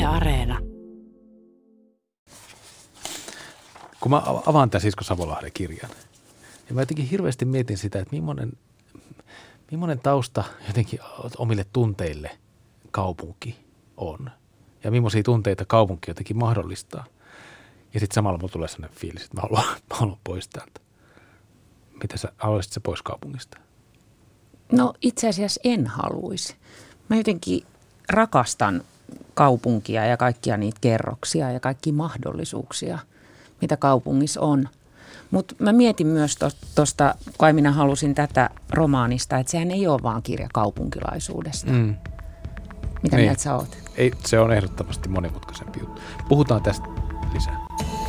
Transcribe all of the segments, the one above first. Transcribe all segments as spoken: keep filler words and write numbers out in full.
Areena. Kun mä avaan tämän Sisko Savolahden kirjan, niin mä jotenkin hirveästi mietin sitä, että millainen, millainen tausta jotenkin omille tunteille kaupunki on. Ja millaisia tunteita kaupunki jotenkin mahdollistaa. Ja sitten samalla mulla tulee sellainen fiilis, että mä haluan, mä haluan pois täältä. Mitä sä, haluaisit sä pois kaupungista? No itse asiassa en haluaisi. Mä jotenkin rakastan kaupunkia ja kaikkia niitä kerroksia ja kaikkia mahdollisuuksia, mitä kaupungissa on. Mutta mä mietin myös tuosta, kai minä halusin tätä romaanista, että sehän ei ole vaan kirja kaupunkilaisuudesta. Mm. Mitä niin. Mieltä sä oot? Ei, se on ehdottomasti monimutkaisempi juttu. Puhutaan tästä lisää.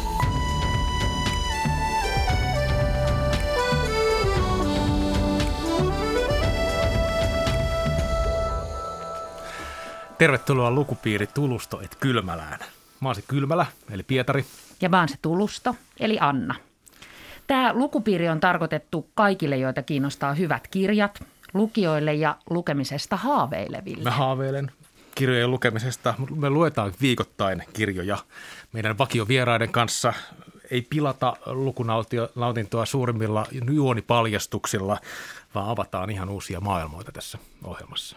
Tervetuloa lukupiiri Tulusto et Kylmälään. Mä oon se Kylmälä, eli Pietari. Ja mä oon se Tulusto, eli Anna. Tämä lukupiiri on tarkoitettu kaikille, joita kiinnostaa hyvät kirjat, lukijoille ja lukemisesta haaveileville. Mä haaveilen kirjojen lukemisesta. Me luetaan viikoittain kirjoja meidän vakiovieraiden kanssa. Ei pilata lukunautintoa suurimmilla juonipaljastuksilla, vaan avataan ihan uusia maailmoita tässä ohjelmassa.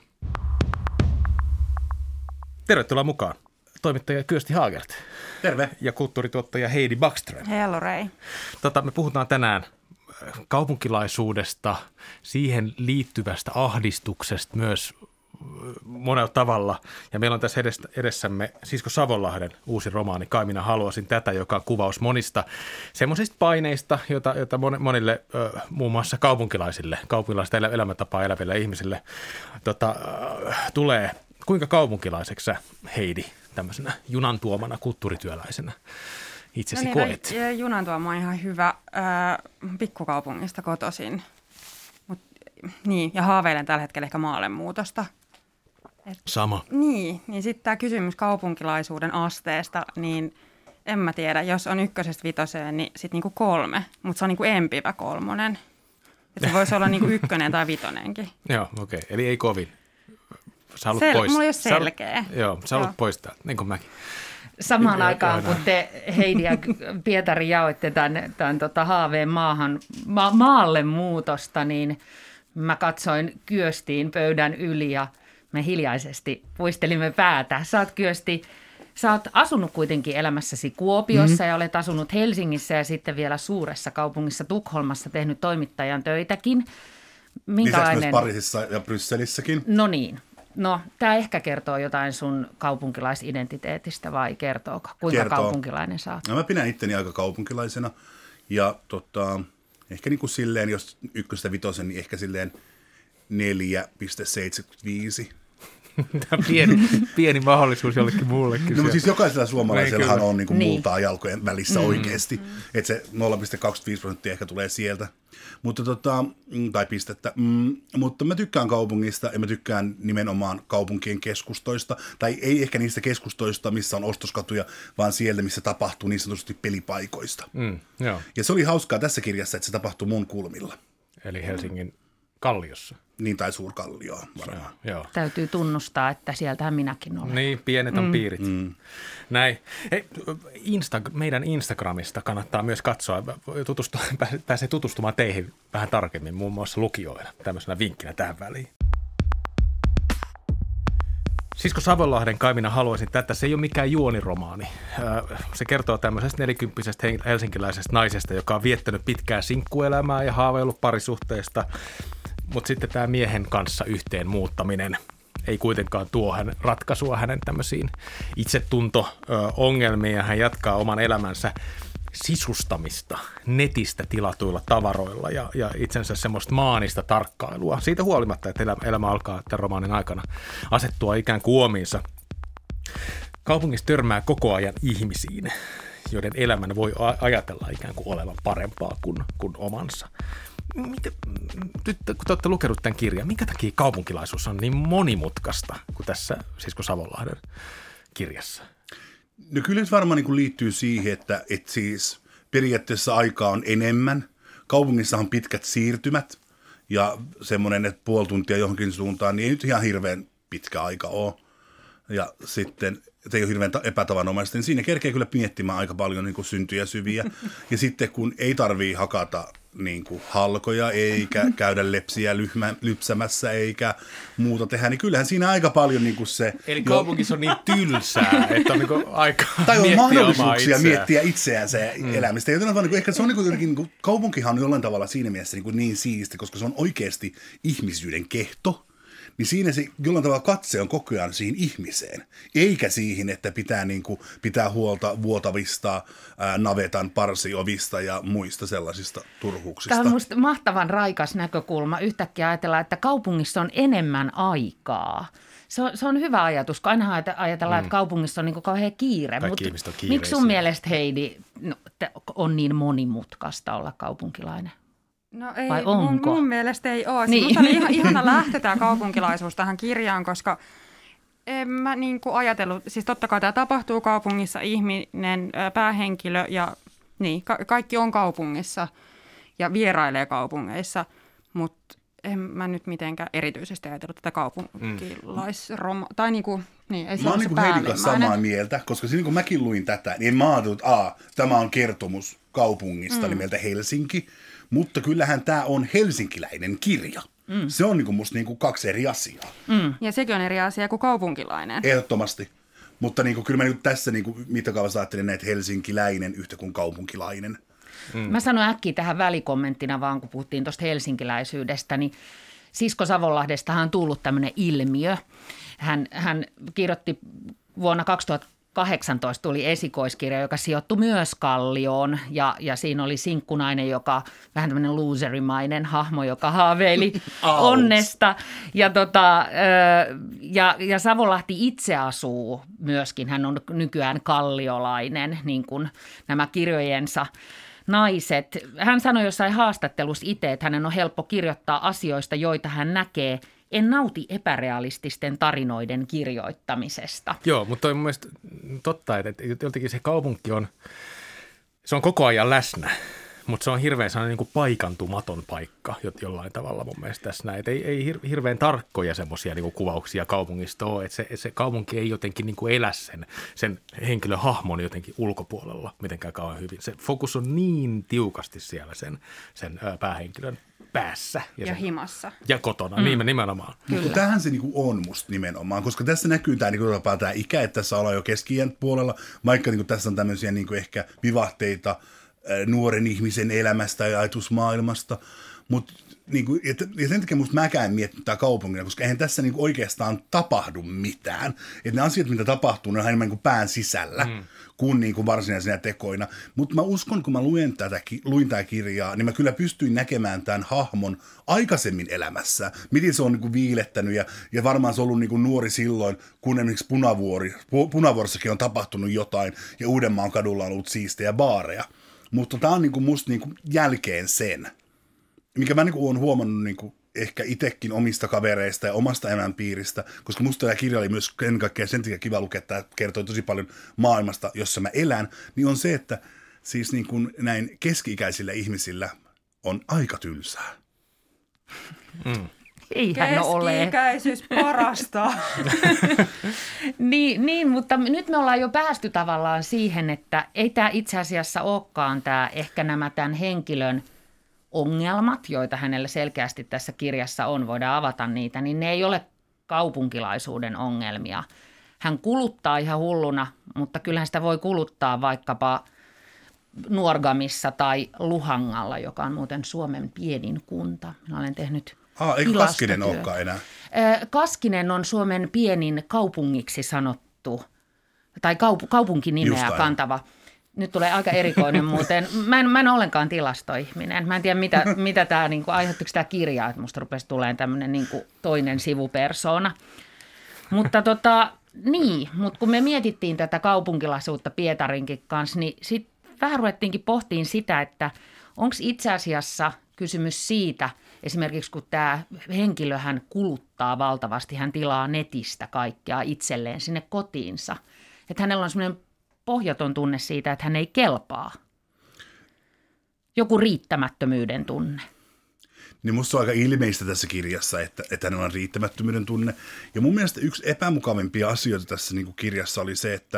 Tervetuloa mukaan. Toimittaja Kyösti Haagert. Terve. Ja kulttuurituottaja Heidi Backström. Hello Ray. Tota, me puhutaan tänään kaupunkilaisuudesta, siihen liittyvästä ahdistuksesta myös monella tavalla. Ja meillä on tässä edessämme Sisko Savolahden uusi romaani Kai minä haluaisin tätä, joka on kuvaus monista semmoisista paineista, joita, joita monille muun muassa kaupunkilaisille, kaupunkilaista elämäntapaa eläville ihmisille tota, tulee. Kuinka kaupunkilaiseksi sä, Heidi, tämmöisenä junan tuomana kulttuurityöläisenä itsesi no niin, koet? No, junan tuoma on ihan hyvä. Äh, pikkukaupungista kotoisin. Mut, niin, ja haaveilen tällä hetkellä ehkä maallemuutosta. Et, Sama. Niin, niin sitten tämä kysymys kaupunkilaisuuden asteesta, niin en mä tiedä. Jos on ykkösestä vitoseen, niin sitten niinku kolme, mutta se on niinku empivä kolmonen. Että se voisi olla niinku ykkönen tai vitonenkin. Joo, okei. Okay. Eli ei kovin. Sä haluat Sel- pois. Mulla ei ole selkeä. Sä, joo, sä haluat joo. pois täältä, niin kuin mäkin. Samaan y- aikaan, kun te Heidi ja Pietari jaoitte tämän, tämän tota haaveen maahan, ma- maalle muutosta, niin mä katsoin Kyöstiin pöydän yli ja me hiljaisesti puistelimme päätä. Sä oot Kyösti, sä oot asunut kuitenkin elämässäsi Kuopiossa mm-hmm. ja olet asunut Helsingissä ja sitten vielä suuressa kaupungissa Tukholmassa tehnyt toimittajan töitäkin. Minkälainen... Lisäksi myös Pariisissa ja Brysselissäkin. No niin. No, tämä ehkä kertoo jotain sun kaupunkilaisidentiteetistä vai kertooko? Kuinka kertoo. Kaupunkilainen sä oot? No, mä pidän itteni aika kaupunkilaisena ja tota, ehkä niin kuin silleen, jos ykköstä vitosen, niin ehkä silleen neljä pilkku seitsemänkymmentäviisi. Tämä pieni, pieni mahdollisuus jollekin muullekin. No, mutta siis jokaisella suomalaisellahan on niin kuin niin. multaa jalkojen välissä mm. oikeasti. Mm. Että se nolla pilkku kaksikymmentäviisi prosenttia ehkä tulee sieltä. Mutta tota, tai pistettä. Mm, mutta mä tykkään kaupungista ja mä tykkään nimenomaan kaupunkien keskustoista. Tai ei ehkä niistä keskustoista, missä on ostoskatuja, vaan sieltä, missä tapahtuu niin sanotusti pelipaikoista. Mm, joo. Ja se oli hauskaa tässä kirjassa, että se tapahtui mun kulmilla. Eli Helsingin Kalliossa. Niin, tai Suurkallioa varmaan. Joo, joo. Täytyy tunnustaa, että sieltähän minäkin olen. Niin, pienet on mm. piirit. Mm. Näin. Hei, Insta- meidän Instagramista kannattaa myös katsoa, tutustua, pääsee tutustumaan teihin vähän tarkemmin, muun muassa lukijoina, tämmöisenä vinkkinä tähän väliin. Sisko Savolahden Kai minä haluaisin tätä, se ei ole mikään juoniromaani. Se kertoo tämmöisestä nelikymppisestä helsinkiläisestä naisesta, joka on viettänyt pitkää sinkkuelämää ja haaveillut parisuhteesta, mutta sitten tämä miehen kanssa yhteen muuttaminen ei kuitenkaan tuo hän ratkaisua hänen tämmöisiin itsetunto-ongelmiin ja hän jatkaa oman elämänsä sisustamista netistä tilatuilla tavaroilla ja, ja itsensä semmoista maanista tarkkailua. Siitä huolimatta, että elämä, elämä alkaa tämän romaanin aikana asettua ikään kuin uomiinsa. Kaupungissa törmää koko ajan ihmisiin, joiden elämän voi ajatella ikään kuin olevan parempaa kuin, kuin omansa. Mitä, nyt kun te olette lukenut tämän kirjan, minkä takia kaupunkilaisuus on niin monimutkaista kuin tässä Sisko Savolahden kirjassa? No kyllä se varmaan niin kuin liittyy siihen, että, että siis periaatteessa aikaa on enemmän. Kaupungissa on pitkät siirtymät ja semmoinen, että puoli tuntia johonkin suuntaan, niin ei nyt ihan hirveän pitkä aika ole. ja sitten se ei ole hirveän epätavanomaista, niin siinä kerkee kyllä miettimään aika paljon niin kuin syntyjä syviä. Ja sitten kun ei tarvitse hakata niin kuin halkoja, eikä käydä lepsiä lyhmä, lypsämässä, eikä muuta tehdä, niin kyllähän siinä aika paljon niin kuin se... Eli kaupungissa on niin tylsää, että on niin kuin aika tai on mahdollisuuksia itseään. miettiä itseänsä ja mm. elämistä. Joten vaan, niin kuin, ehkä se on niin kuin, niin kuin, kaupunkihan on jollain tavalla siinä mielessä niin, kuin niin siisti, koska se on oikeasti ihmisyyden kehto. Niin siinä se jollain tavalla katse on koko ajan siihen ihmiseen, eikä siihen, että pitää, niin kuin, pitää huolta vuotavista ää, navetan parsiovista ja muista sellaisista turhuuksista. Tämä on musta mahtavan raikas näkökulma. Yhtäkkiä ajatellaan, että kaupungissa on enemmän aikaa. Se on, se on hyvä ajatus, kun aina ajatellaan, mm. että kaupungissa on niin kuin kauhean kiire. Kaikki ihmiset on kiireisiä. Miksi sun mielestä, Heidi, no, on niin monimutkaista olla kaupunkilainen? No ei, vai onko? Mun, mun mielestä ei ole. Niin. Minusta oli ihan, ihana lähtö tämä kaupunkilaisuus tähän kirjaan, koska en mä niin kuin ajatellut, siis totta kai tämä tapahtuu kaupungissa, ihminen, päähenkilö ja niin, ka- kaikki on kaupungissa ja vierailee kaupungeissa, mutta en mä nyt mitenkään erityisesti ajatellut tätä kaupunkilaisroma, tai niin kuin, niin ei se Mä oon ole niin se Heidin kanssa samaa mieltä, koska siinä kun mäkin luin tätä, niin mä ajattelin, että Aa, tämä on kertomus kaupungista mm. nimeltä Helsinki. Mutta kyllähän tämä on helsinkiläinen kirja. Mm. Se on niinku musta niinku kaksi eri asiaa. Mm. Ja sekin on eri asia kuin kaupunkilainen. Ehdottomasti. Mutta niinku, kyllä mä nyt tässä niinku, mittakaavassa ajattelin, että helsinkiläinen yhtä kuin kaupunkilainen. Mm. Mä sanon äkkiä tähän välikommenttina vaan, kun puhuttiin tuosta helsinkiläisyydestä, niin Sisko Savonlahdestahan on tullut tämmöinen ilmiö. Hän, hän kirjoitti vuonna kaksituhattakahdeksantoista tuli esikoiskirja, joka sijoittui myös Kallioon ja, ja siinä oli sinkkunainen, joka vähän tämmöinen loserimainen hahmo, joka haaveili onnesta. Ja, tota, ja, ja Savonlahti itse asuu myöskin, hän on nykyään kalliolainen, niin kuin nämä kirjojensa naiset. Hän sanoi jossain haastattelussa itse, että hänen on helppo kirjoittaa asioista, joita hän näkee. En nauti epärealististen tarinoiden kirjoittamisesta. Joo, mutta on mun mielestä totta, että jotenkin se kaupunki on, se on koko ajan läsnä, mutta se on hirveän sellainen niin kuin paikantumaton paikka jollain tavalla mun mielestä tässä näin. Ei, ei hirveän tarkkoja semmoisia niin kuin kuvauksia kaupungista ole, että se, se kaupunki ei jotenkin niin kuin elä sen, sen henkilöhahmon jotenkin ulkopuolella mitenkään kauan hyvin. Se fokus on niin tiukasti siellä sen, sen päähenkilön päässä. Ja, ja himassa. Ja kotona, mm. niin nimenomaan. Mutta tämähän se niinku on musta nimenomaan, koska tässä näkyy tämä niinku, tämä ikä, että tässä ollaan jo keski-iän puolella, vaikka niinku, tässä on tämmöisiä niinku, ehkä vivahteita nuoren ihmisen elämästä ja ajatusmaailmasta, mutta niinku, ja sen takia musta mäkään mietin tätä kaupungina, koska eihän tässä niinku oikeastaan tapahdu mitään. Että ne asiat, mitä tapahtuu, ne on enemmän kuin pään sisällä mm. kuin niinku varsinaisena tekoina. Mutta mä uskon, kun mä luen tätä, luin tätä kirjaa, niin mä kyllä pystyin näkemään tämän hahmon aikaisemmin elämässä. Miten se on niinku viilettänyt ja, ja varmaan se on ollut niinku nuori silloin, kun esimerkiksi Punavuori, Punavuorissakin on tapahtunut jotain ja Uudenmaan kadulla on ollut siistejä baareja. Mutta tämä on niinku musta niinku jälkeen sen, mikä mä niinku olen huomannut niinku ehkä itsekin omista kavereista ja omasta elämänpiiristä, koska musta tämä kirja oli myös ennen kaikkea sen takia kiva lukea, että tämä kertoi tosi paljon maailmasta, jossa mä elän, niin on se, että siis niinku näin keski-ikäisillä ihmisillä on aika tylsää. Mm. Eihän ole. Keski-ikäisyys parasta. niin, niin, mutta nyt me ollaan jo päästy tavallaan siihen, että ei tämä itse asiassa olekaan tämä, ehkä nämä tämän henkilön ongelmat, joita hänellä selkeästi tässä kirjassa on, voidaan avata niitä, niin ne ei ole kaupunkilaisuuden ongelmia. Hän kuluttaa ihan hulluna, mutta kyllähän sitä voi kuluttaa vaikkapa Nuorgamissa tai Luhangalla, joka on muuten Suomen pienin kunta. Minä olen tehnyt Ah, eikö Kaskinen olekaan enää? Kaskinen on Suomen pienin kaupungiksi sanottu, tai kaup- kaupunkinimeä kantava. Nyt tulee aika erikoinen muuten. Mä en, mä en ollenkaan tilastoihminen. Mä en tiedä, mitä, mitä tämä, niin kuin, aiheuttiko tämä kirja, että musta rupesi tulemaan tämmöinen niin kuin toinen sivupersona. Mutta tota, niin, mutta kun me mietittiin tätä kaupunkilaisuutta Pietarinkin kanssa, niin sitten vähän ruvettiinkin pohtiin sitä, että onko itse asiassa kysymys siitä, esimerkiksi kun tämä henkilöhän kuluttaa valtavasti, hän tilaa netistä kaikkea itselleen sinne kotiinsa. Että hänellä on semmoinen pohjaton tunne siitä, että hän ei kelpaa. Joku riittämättömyyden tunne. niin musta se on aika ilmeistä tässä kirjassa, että, että hänellä on riittämättömyyden tunne. Ja mun mielestä yksi epämukavimpia asioita tässä niin kuin kirjassa oli se, että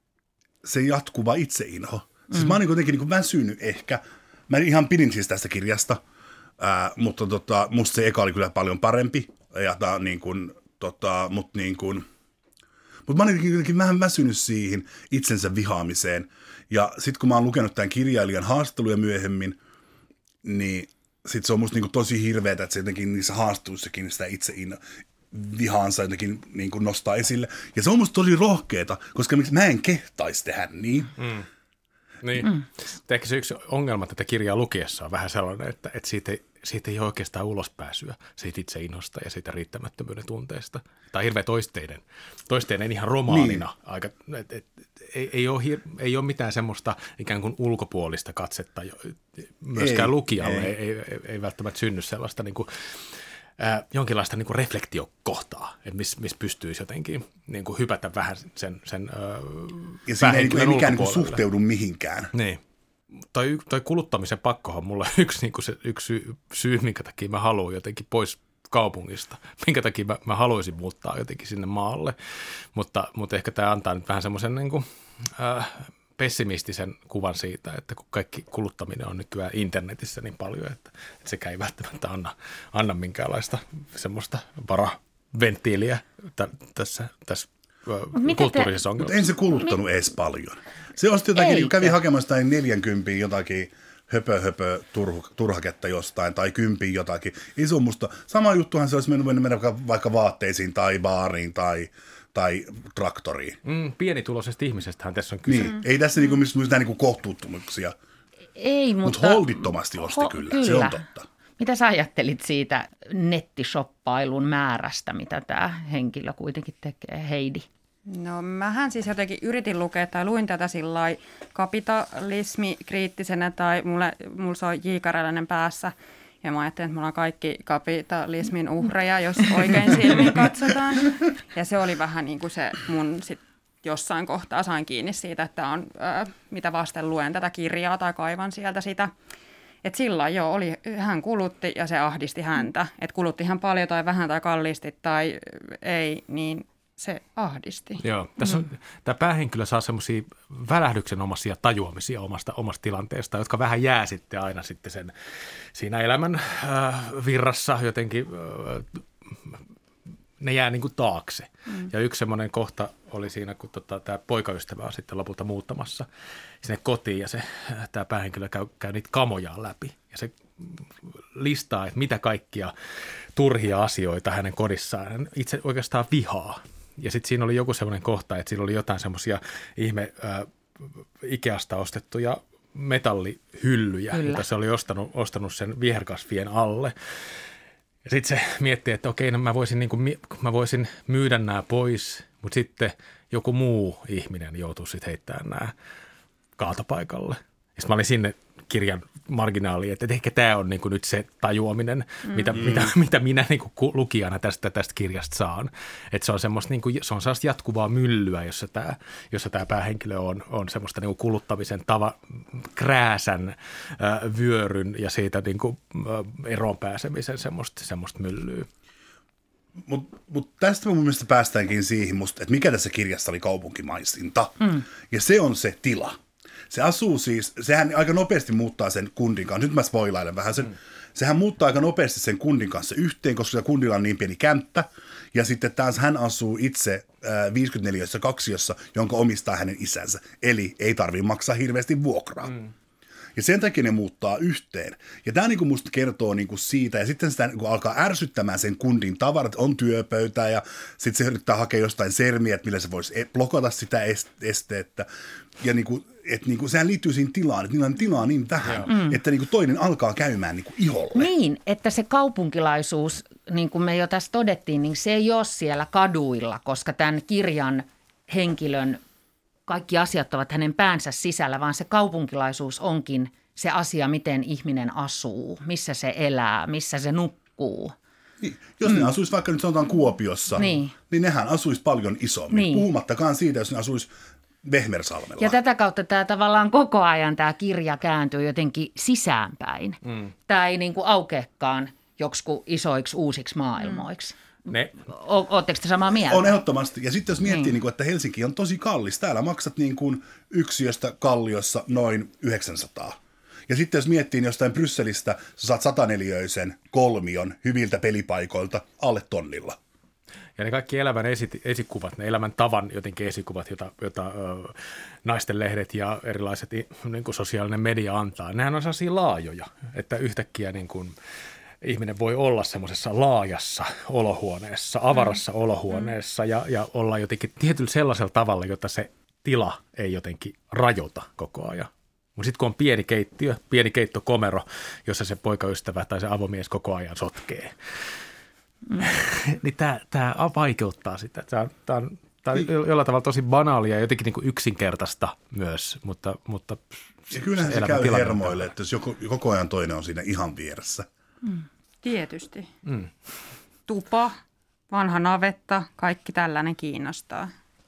se jatkuva itseinho. Mm. Siis mä oon niin jotenkin niin väsynyt ehkä. Mä ihan pidin siis tästä kirjasta, ää, mutta tota, musta se eka oli kyllä paljon parempi. Ja tää, niin kuin, tota, mut niin kuin, mutta mä oon jotenkin vähän väsynyt siihen itsensä vihaamiseen. Ja sitten kun mä oon lukenut tämän kirjailijan haastatteluja myöhemmin, niin sitten se on musta niinku tosi hirveetä, että se jotenkin niissä haastatteluissakin sitä itse vihaansa jotenkin niinku nostaa esille. Ja se on musta tosi rohkeeta, koska mä en kehtaisi tehdä niin. Mm. Niin. Mm. Ehkä se yksi ongelma tätä kirjaa lukiessa on vähän sellainen, että, että siitä, ei, siitä ei ole oikeastaan ulospääsyä siitä itseinnosta ja siitä riittämättömyyden tunteesta. Tämä on hirveä toisteinen, toisteinen ihan romaanina. Niin. Aika, et, et, ei, ei, ole hir, ei ole mitään semmoista ikään kuin ulkopuolista katsetta myöskään ei, lukijalle. Ei. Ei, ei, ei välttämättä synny sellaista niin kuin, äh, jonkinlaista niin kuin reflektiokohtaa, että missä mis pystyisi jotenkin niin kuin hypätä vähän sen, sen äh, ja siinä ei, ei mikään niin suhteudu mihinkään. Niin. Toi, toi kuluttamisen pakkohan on mulla yksi, niin kuin se, yksi syy, syy, minkä takia mä haluan jotenkin pois kaupungista, minkä takia mä, mä haluaisin muuttaa jotenkin sinne maalle, mutta, mutta ehkä tämä antaa nyt vähän semmoisen niin kuin, äh, pessimistisen kuvan siitä, että kun kaikki kuluttaminen on nykyään internetissä niin paljon, että, että sekä ei välttämättä anna, anna minkäänlaista semmoista varaventtiiliä t- tässä, tässä kulttuurisessa ongelmassa. Mutta en se kuluttanut Mi- edes paljon. Se osti jotakin, Eikö? kävi hakemassa neljänkymppiä jotakin höpö, höpö turh, turhaketta jostain tai kympin jotakin. Ei se on musta, sama juttuhan se olisi mennyt mennä vaikka vaatteisiin tai baariin tai, tai traktoriin. Mm, pienituloisesta ihmisestähän tässä on kyse. Niin, ei tässä niinku mitään niinku kohtuuttomuksia. Ei, mutta... Mut holdittomasti osti ho- kyllä, kyllä, se on totta. Mitä sä ajattelit siitä nettishoppailun määrästä, mitä tämä henkilö kuitenkin tekee, Heidi? No mähän siis jotenkin yritin lukea tai luin tätä sillai kapitalismikriittisenä tai mulle, mulla se on jiikareläinen päässä. Ja mä ajattelin, että mulla on kaikki kapitalismin uhreja, jos oikein silmin katsotaan. Ja se oli vähän niin kuin se mun sit jossain kohtaa sain kiinni siitä, että on, ää, mitä vasten luen tätä kirjaa tai kaivan sieltä sitä. Että sillä joo, oli, hän kulutti ja se ahdisti häntä. Että kulutti hän paljon tai vähän tai kalliisti tai ei, niin se ahdisti. Joo, tässä on, mm. tämä päähenkilö saa semmoisia välähdyksenomaisia tajuamisia omasta, omasta tilanteesta, jotka vähän jää sitten aina sitten sen siinä elämän äh, virrassa jotenkin, äh, ne jää niin kuin taakse. Mm. Ja yksi semmoinen kohta oli siinä, kun tota, tämä poikaystävä on sitten lopulta muuttamassa sinne kotiin ja se, äh, tämä päähenkilö käy, käy niitä kamojaan läpi ja se listaa, että mitä kaikkia turhia asioita hänen kodissaan hän itse oikeastaan vihaa. Ja sitten siinä oli joku semmoinen kohta, että siinä oli jotain semmoisia ihme äh, Ikeasta ostettuja metallihyllyjä, Kyllä. joita se oli ostanut, ostanut sen viherkasvien alle. Ja sitten se mietti, että okei, no mä voisin, niin kuin, mä voisin myydä nämä pois, mutta sitten joku muu ihminen joutuu sitten heittämään nämä kaatopaikalle. Ja sitten mä olin sinne kirjan marginaaliin, että ehkä tämä on niin kuin nyt se tajuaminen, mm. mitä, mm. mitä, mitä minä niin kuin lukijana tästä, tästä kirjasta saan. Että se on semmoista, niin kuin, se on sellaista jatkuvaa myllyä, jossa tämä, jossa tämä päähenkilö on, on semmoista niin kuin kuluttamisen tava, krääsän äh, vyöryn ja siitä niin kuin, äh, eroon pääsemisen semmoista, semmoista myllyä. Mutta mut tästä mun mielestä päästäänkin siihen, musta, että mikä tässä kirjassa oli kaupunkimaisinta. Mm. Ja se on se tila. Se asuu siis, sehän aika nopeasti muuttaa sen kundin kanssa. Nyt mä spoilailen vähän sen. Mm. Sehän muuttaa aika nopeasti sen kundin kanssa yhteen, koska se kundilla on niin pieni kämppä. Ja sitten taas hän asuu itse äh, viisikymmentäneljä kaksiossa, jonka omistaa hänen isänsä. Eli ei tarvitse maksaa hirveästi vuokraa. Mm. Ja sen takia ne muuttaa yhteen. Ja tämä niinku musta kertoo niinku siitä, ja sitten sitä niinku alkaa ärsyttämään sen kundin tavarat, on työpöytää, ja sitten se yrittää hakea jostain sermiä, että millä se voisi blokata sitä esteettä. Ja niinku, että niinku, sehän liittyy siihen tilaan, että niillä on tilaa niin vähän, mm. että niinku toinen alkaa käymään niinku iholle. Niin, että se kaupunkilaisuus, niin kuin me jo tässä todettiin, niin se ei ole siellä kaduilla, koska tämän kirjan henkilön kaikki asiat ovat hänen päänsä sisällä, vaan se kaupunkilaisuus onkin se asia, miten ihminen asuu, missä se elää, missä se nukkuu. Niin, jos mm. ne asuisi vaikka nyt sanotaan Kuopiossa, niin, niin nehän asuisi paljon isommin. Niin. Puhumattakaan siitä, jos ne asuisi Vehmersalmella. Ja tätä kautta tämä tavallaan koko ajan tämä kirja kääntyy jotenkin sisäänpäin. Mm. Tämä ei niin kuin aukeakaan joksikin isoiksi uusiksi maailmoiksi. Ne. Oletteko te samaa mieltä? On ehdottomasti. Ja sitten jos miettii, Niin. niin kuin, että Helsinki on tosi kallis. Täällä maksat niin kuin yksiöstä Kalliossa noin yhdeksänsataa. Ja sitten jos miettii niin jostain Brysselistä, sä saat sataneliöisen kolmion hyviltä pelipaikoilta alle tonnilla. Ja ne kaikki elämän esi- esikuvat, ne elämän tavan jotenkin esikuvat, jota, jota ö, naistenlehdet ja erilaiset niin kuin sosiaalinen media antaa, nehän on sellaisia laajoja, että yhtäkkiä niin kuin ihminen voi olla semmoisessa laajassa olohuoneessa, avarassa mm. olohuoneessa ja, ja olla jotenkin tietyllä sellaisella tavalla, jota se tila ei jotenkin rajoita koko ajan. Mutta sitten kun on pieni keittiö, pieni keittokomero, jossa se poikaystävä tai se avomies koko ajan sotkee, mm. niin tämä vaikeuttaa sitä. Tämä on, tää on, tää on jollain tavalla tosi banaalia ja jotenkin niinku yksinkertaista myös, mutta, mutta ja kyllähän se käy hermoille, että jos joko, koko ajan toinen on siinä ihan vieressä. Mm. Tietysti. Mm. Tupa, vanha navetta, kaikki tällainen kiinnostaa.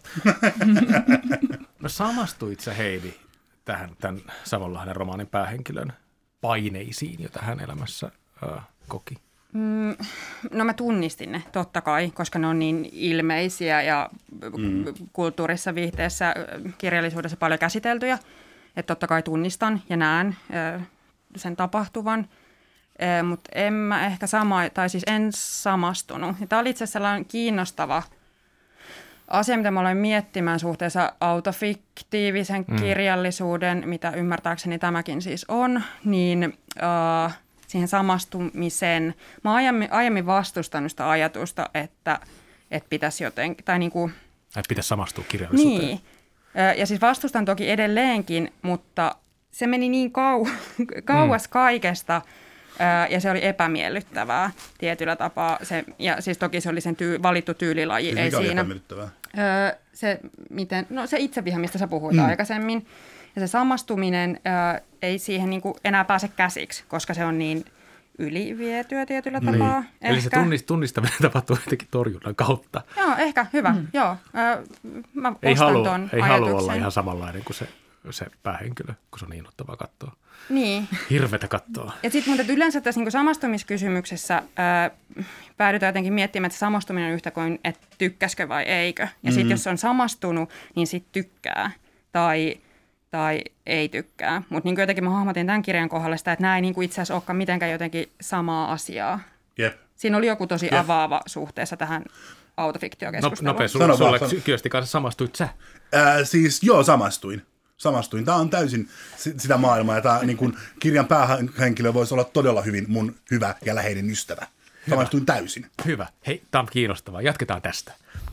No samastuit sä, Heidi, tähän tämän Savonlahden romaanin päähenkilön paineisiin, joita hän elämässä äh, koki? Mm, no mä tunnistin ne, totta kai, koska ne on niin ilmeisiä ja mm. kulttuurissa, viihteessä, kirjallisuudessa paljon käsiteltyjä, että totta kai tunnistan ja näen äh, sen tapahtuvan. Mutta en mä ehkä sama, tai siis en samastunut. Tämä oli itse asiassa sellainen kiinnostava asia, mitä mä olen miettimään suhteessa autofiktiivisen mm. kirjallisuuden, mitä ymmärtääkseni tämäkin siis on, niin uh, siihen samastumiseen. Mä oon aiemmin, aiemmin vastustanut sitä ajatusta, että, että pitäisi jotenkin, tai niin kuin... Että pitäisi samastua kirjallisuuteen. Niin, ja siis vastustan toki edelleenkin, mutta se meni niin kau, kauas mm. kaikesta, ja se oli epämiellyttävää tietyllä tapaa. Se, ja siis toki se oli sen tyy, valittu tyylilaji. Siis ei mikä oli siinä. epämiellyttävää? Öö, se, miten, no se itseviha, mistä sä puhuit mm. aikaisemmin. Ja se samastuminen öö, ei siihen niinku enää pääse käsiksi, koska se on niin ylivietyä tietyllä niin. tapaa. Eli se tunnist, tunnistaminen tapahtuu jotenkin torjunnan kautta. Joo, ehkä hyvä. Mm. Joo, öö, mä ei halua, ton ei halua olla ihan samanlainen kuin se, se päähenkilö, kun se on innoittavaa katsoa. Niin. Hirvetä katsoa. Ja sitten mutta yleensä tässä niin samastumiskysymyksessä ää, päädytään jotenkin miettimään, että samastuminen on yhtä kuin, että tykkäskö vai eikö. Ja mm-hmm. sitten jos on samastunut, niin sitten tykkää tai, tai ei tykkää. Mutta niin jotenkin mä hahmotin tämän kirjan kohdalla sitä, että nämä ei niin itse asiassa olekaan mitenkään jotenkin samaa asiaa. Jep. Siinä oli joku tosi Jep. avaava suhteessa tähän autofiktiokeskusteluun. Nope, sulle, sulle Kyösti kanssa samastuit sä? Ää, siis joo, samastuin. Samastuin. Tämä on täysin sitä maailmaa, ja tämä niin kuin, kirjan päähenkilö voisi olla todella hyvin mun hyvä ja läheinen ystävä. Samastuin täysin. Hyvä. Hei, tämä on kiinnostavaa. Jatketaan tästä.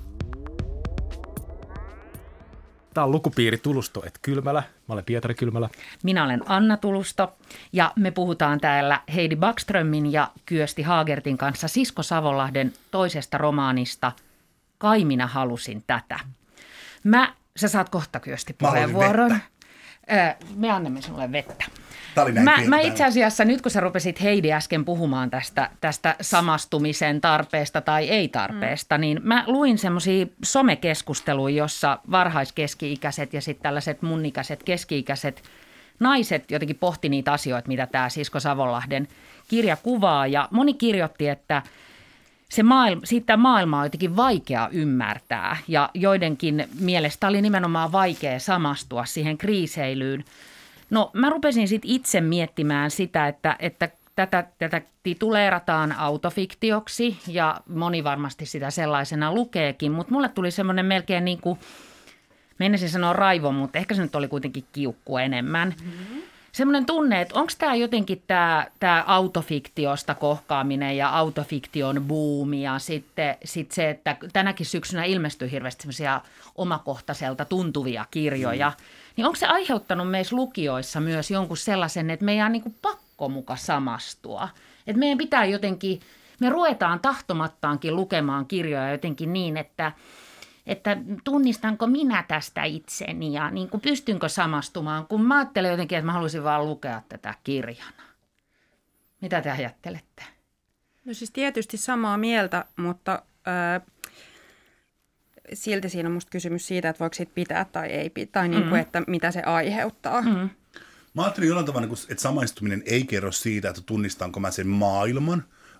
Tämä on lukupiiri Tulusto et Kylmälä. Mä olen Pietari Kylmälä. Minä olen Anna Tulusto ja me puhutaan täällä Heidi Backströmin ja Kyösti Haagertin kanssa Sisko Savonlahden toisesta romaanista Kai minä halusin tätä. Mä, sä saat kohta Kyösti puheenvuoron. Me annamme sinulle vettä. Mä, mä itse asiassa nyt kun sä rupesit Heidi äsken puhumaan tästä, tästä samastumisen tarpeesta tai ei-tarpeesta, mm. niin mä luin semmoisia somekeskusteluja, jossa varhaiskeski-ikäiset ja sitten tällaiset mun ikäiset keski-ikäiset naiset jotenkin pohti niitä asioita, mitä tämä Sisko Savonlahden kirja kuvaa. Ja moni kirjoitti, että se maailma, siitä maailmaa on jotenkin vaikea ymmärtää ja joidenkin mielestä oli nimenomaan vaikea samastua siihen kriiseilyyn. No mä rupesin sitten itse miettimään sitä, että, että tätä, tätä tituleerataan autofiktioksi ja moni varmasti sitä sellaisena lukeekin, mutta mulle tuli semmoinen melkein niin kuin, menisin sanoa raivo, mutta ehkä se nyt oli kuitenkin kiukku enemmän. Mm-hmm. Semmoinen tunne, että onko tämä jotenkin tämä, tämä autofiktiosta kohkaaminen ja autofiktion buumi ja sitten sit se, että tänäkin syksynä ilmestyi hirveästi semmoisia omakohtaiselta tuntuvia kirjoja, mm. niin onko se aiheuttanut meissä lukijoissa myös jonkun sellaisen, että meidän on niin kuin pakko muka samastua? Että meidän pitää jotenkin, me ruvetaan tahtomattaankin lukemaan kirjoja jotenkin niin, että että tunnistanko minä tästä itseni ja niin kuin pystynkö samastumaan, kun mä ajattelen jotenkin, että mä haluaisin vaan lukea tätä kirjana. Mitä te ajattelette? No siis tietysti samaa mieltä, mutta äh, silti siinä on musta kysymys siitä, että voiko siitä pitää tai ei pitää, tai niin kuin, mm. että mitä se aiheuttaa. Mm. Mä ajattelin jollain tavalla, että samaistuminen ei kerro siitä, että tunnistanko mä sen maailman,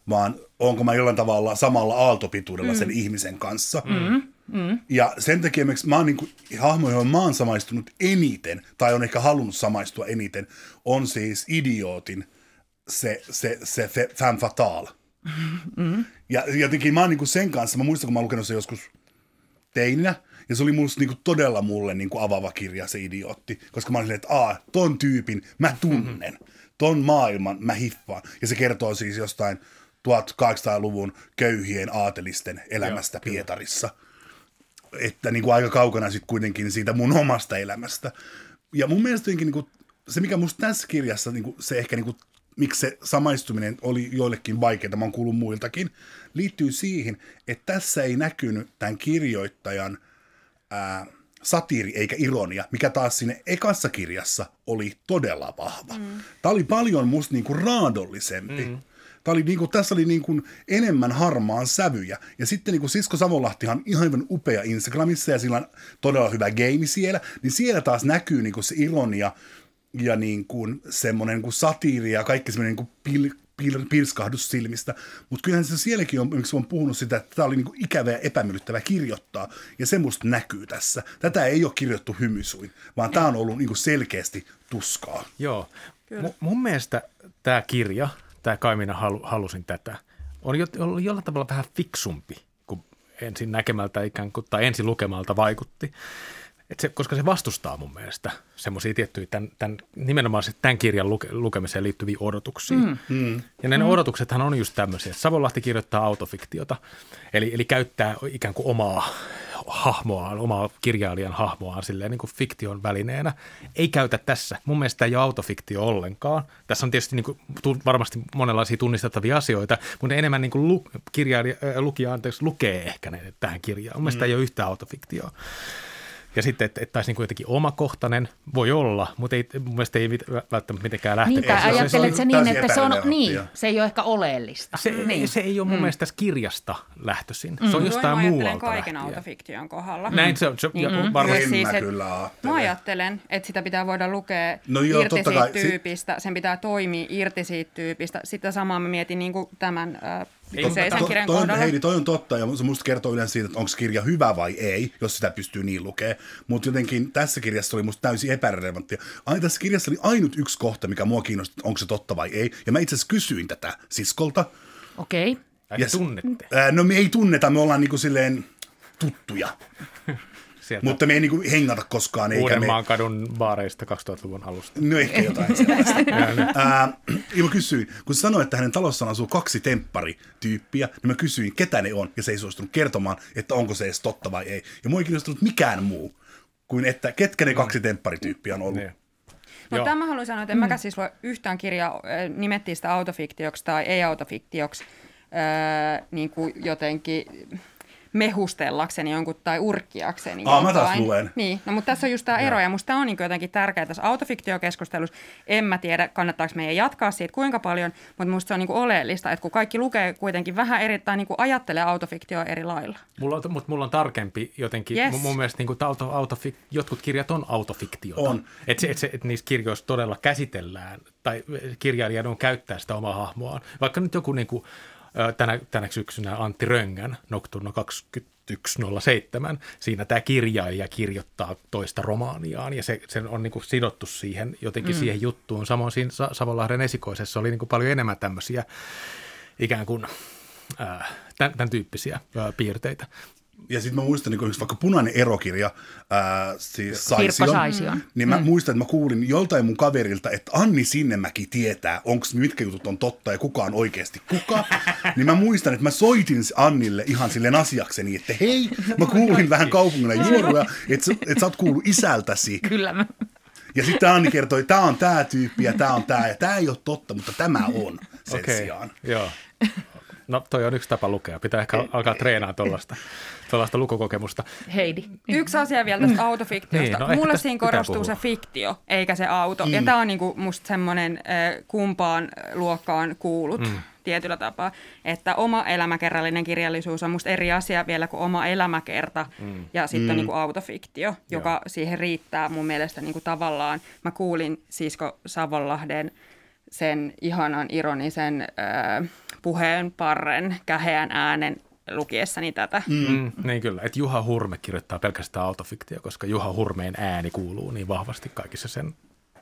vaan onko mä jollain tavalla samalla aaltopituudella mm. sen ihmisen kanssa. Mm. Mm. Ja sen takia mä oon niinku, hahmoja, joihin mä oon samaistunut eniten, tai on ehkä halunnut samaistua eniten, on siis Idiootin se, se, se femme fatale. Mm. Ja jotenkin mä oon niinku sen kanssa, mä muistan kun mä oon lukenut sen joskus teininä, ja se oli musta niinku todella mulle niinku avaava kirja se Idiootti, koska mä olin silleen, että aah, ton tyypin mä tunnen, ton maailman mä hiffaan. Ja se kertoo siis jostain tuhatkahdeksansataaluvun köyhien aatelisten elämästä Joo, Pietarissa. Että niin kuin aika kaukana sitten kuitenkin siitä mun omasta elämästä. Ja mun mielestä niin kuin, se, mikä musta tässä kirjassa, niin kuin, se ehkä niin kuin, miksi se samaistuminen oli joillekin vaikeaa, mä oon kuullut muiltakin, liittyy siihen, että tässä ei näkynyt tämän kirjoittajan ää, satiiri eikä ironia, mikä taas sinne ekassa kirjassa oli todella vahva. Mm. Tämä oli paljon musta niin kuin raadollisempi. Mm. Tämä oli, niin kuin, tässä oli niin kuin, enemmän harmaan sävyjä. Ja sitten niin kuin Sisko Savonlahtihan on ihan aivan upea Instagramissa ja sillä on todella hyvä game siellä. Niin siellä taas näkyy niin kuin se ironia ja niin kuin, semmoinen niin kuin satiiri ja kaikki semmoinen niin kuin pil, pil, pilskahdus silmistä. Mutta kyllähän se sielläkin on, miksi on puhunut sitä, että tämä oli niin kuin ikävä ja epämiellyttävä kirjoittaa. Ja se musta näkyy tässä. Tätä ei ole kirjoittu hymysuin, vaan tämä on ollut niin kuin selkeästi tuskaa. Joo. M- mun mielestä tämä kirja... Tämä kai minä halusin tätä, on ollut jollain tavalla vähän fiksumpi kuin ensin näkemältä ikään kuin, tai ensin lukemalta vaikutti. Et se, koska se vastustaa mun mielestä semmoisia tiettyjä tämän, tämän, nimenomaan tämän kirjan luke, lukemiseen liittyviä odotuksia. Mm. Mm. Ja ne mm. odotuksethan on just tämmöisiä, että Savonlahti kirjoittaa autofiktiota, eli, eli käyttää ikään kuin omaa hahmoaan, omaa kirjailijan hahmoaan silleen niin kuin fiktion välineenä. Ei käytä tässä. Mun mielestä ei ole autofiktio ollenkaan. Tässä on tietysti niin kuin, varmasti monenlaisia tunnistettavia asioita, mutta enemmän niin kuin lu, kirjailija, lukija anteeksi, lukee ehkä ne tähän kirjaan. Mun mielestä mm. ei ole yhtään autofiktioa. Ja sitten, että et taisi niin jotenkin omakohtainen, voi olla, mutta ei, mun mielestä ei välttämättä mitenkään lähteä. Niin, tai ajattelet se niin, että se on, niin, se ei ole ehkä oleellista. Se, niin. se ei ole mun mm. mielestä tässä kirjasta lähtöisin. Mm. Se on jostain muualta lähtien. Mä ajattelen kaiken autofiktion kohdalla. Mm. Näin se on. Se, mm. varmasti. Siis, mä kyllä ajattelen. Mä ajattelen, että sitä pitää voida lukea no joo, irti siitä kai. tyypistä, sen pitää toimia irti siitä tyypistä. Sitä samaa mä mietin niin kuin tämän... Äh, kyseisen kirjan to, kohdalla. Heidi, toi on totta, ja se musta kertoo yleensä siitä, että onko kirja hyvä vai ei, jos sitä pystyy niin lukemaan. Mutta jotenkin tässä kirjassa oli musta täysin epärelevanttia. Aina tässä kirjassa oli ainut yksi kohta, mikä mua kiinnosti, onko se totta vai ei. Ja mä itse asiassa kysyin tätä siskolta. Okei. Okay. Ja tunnette? Ää, no me ei tunneta, me ollaan niinku silleen tuttuja. Sieltä. Mutta me ei niinku hengata koskaan. Uudenmaan me... kadun baareista kaksituhattaluvun alusta. No ehkä jotain sellaista. Ää, ja mä kysyin, kun sanoin, että hänen talossaan asuu kaksi tempparityyppiä, niin mä kysyin, ketä ne on, ja se ei suostunut kertomaan, että onko se edes totta vai ei. Ja mua ei kiinnostunut mikään muu, kuin että ketkä ne kaksi tempparityyppiä on ollut. Ne. No Joo. Tämä haluan sanoa, että en mm. mäkään siis lue yhtään kirjaa, nimettiin sitä autofiktioksi tai ei-autofiktioksi, öö, niin kuin jotenkin... mehustellakseni jonkun tai urkkiakseni. Aa, mä taas luen. Niin, no, mutta tässä on just tämä ero, ja musta tämä on niin jotenkin tärkeää tässä autofiktiokeskustelussa. En mä tiedä, kannattaako meidän jatkaa siitä kuinka paljon, mutta musta se on niin kuin oleellista, että kun kaikki lukee kuitenkin vähän eri, tai niin kuin ajattelee autofiktioa eri lailla. Mulla on, mutta mulla on tarkempi jotenkin. Yes. Mun mielestä niin kuin auto, autofik, jotkut kirjat on autofiktiota. On. Että se, et se, et niissä kirjoissa todella käsitellään, tai kirjailijan on käyttää sitä omaa hahmoaan. Vaikka nyt joku... Niin kuin, Tänä, tänä syksynä Antti Röngän Nocturno kaksikymmentäyksi nolla seitsemän. Siinä tämä kirjailija kirjoittaa toista romaaniaan ja se, se on niin kuin sidottu siihen, jotenkin mm. siihen juttuun. Samoin siinä Savonlahden esikoisessa oli niin kuin paljon enemmän tämmöisiä ikään kuin äh, tämän, tämän tyyppisiä äh, piirteitä. Ja sitten mä muistan, niin vaikka Punainen erokirja, ää, siis Saision, Saision, niin mä mm. muistan, että mä kuulin joltain mun kaverilta, että Anni Sinnemäki tietää, onko mitkä jutut on totta ja kuka on oikeasti kuka. Niin mä muistan, että mä soitin Annille ihan silleen asiakseni, että hei, mä kuulin vähän kaupungilla juoruja, että, että sä oot kuullut isältäsi. Kyllä mä. Ja sitten Anni kertoi, että tää on tää tyyppi ja tää on tää ja tää ei ole totta, mutta tämä on sen okay. sijaan. Joo. No toi on yksi tapa lukea. Pitää ehkä ei, alkaa treenaa tuollaista, tuollaista lukukokemusta. Heidi. Yksi asia vielä tästä autofiktiosta. Niin, no mulle siinä korostuu se fiktio, eikä se auto. Mm. Ja tämä on niinku musta semmoinen äh, kumpaan luokkaan kuulut mm. tietyllä tapaa, että oma elämäkerrallinen kirjallisuus on musta eri asia vielä kuin oma elämäkerta mm. ja sitten mm. niinku autofiktio, joka Joo. siihen riittää mun mielestä niinku tavallaan. Mä kuulin Sisko Savonlahden sen ihanan ironisen äh, puheenparren, käheän äänen lukiessani tätä. Mm. Mm, niin kyllä, että Juha Hurme kirjoittaa pelkästään autofiktio, koska Juha Hurmeen ääni kuuluu niin vahvasti kaikissa sen,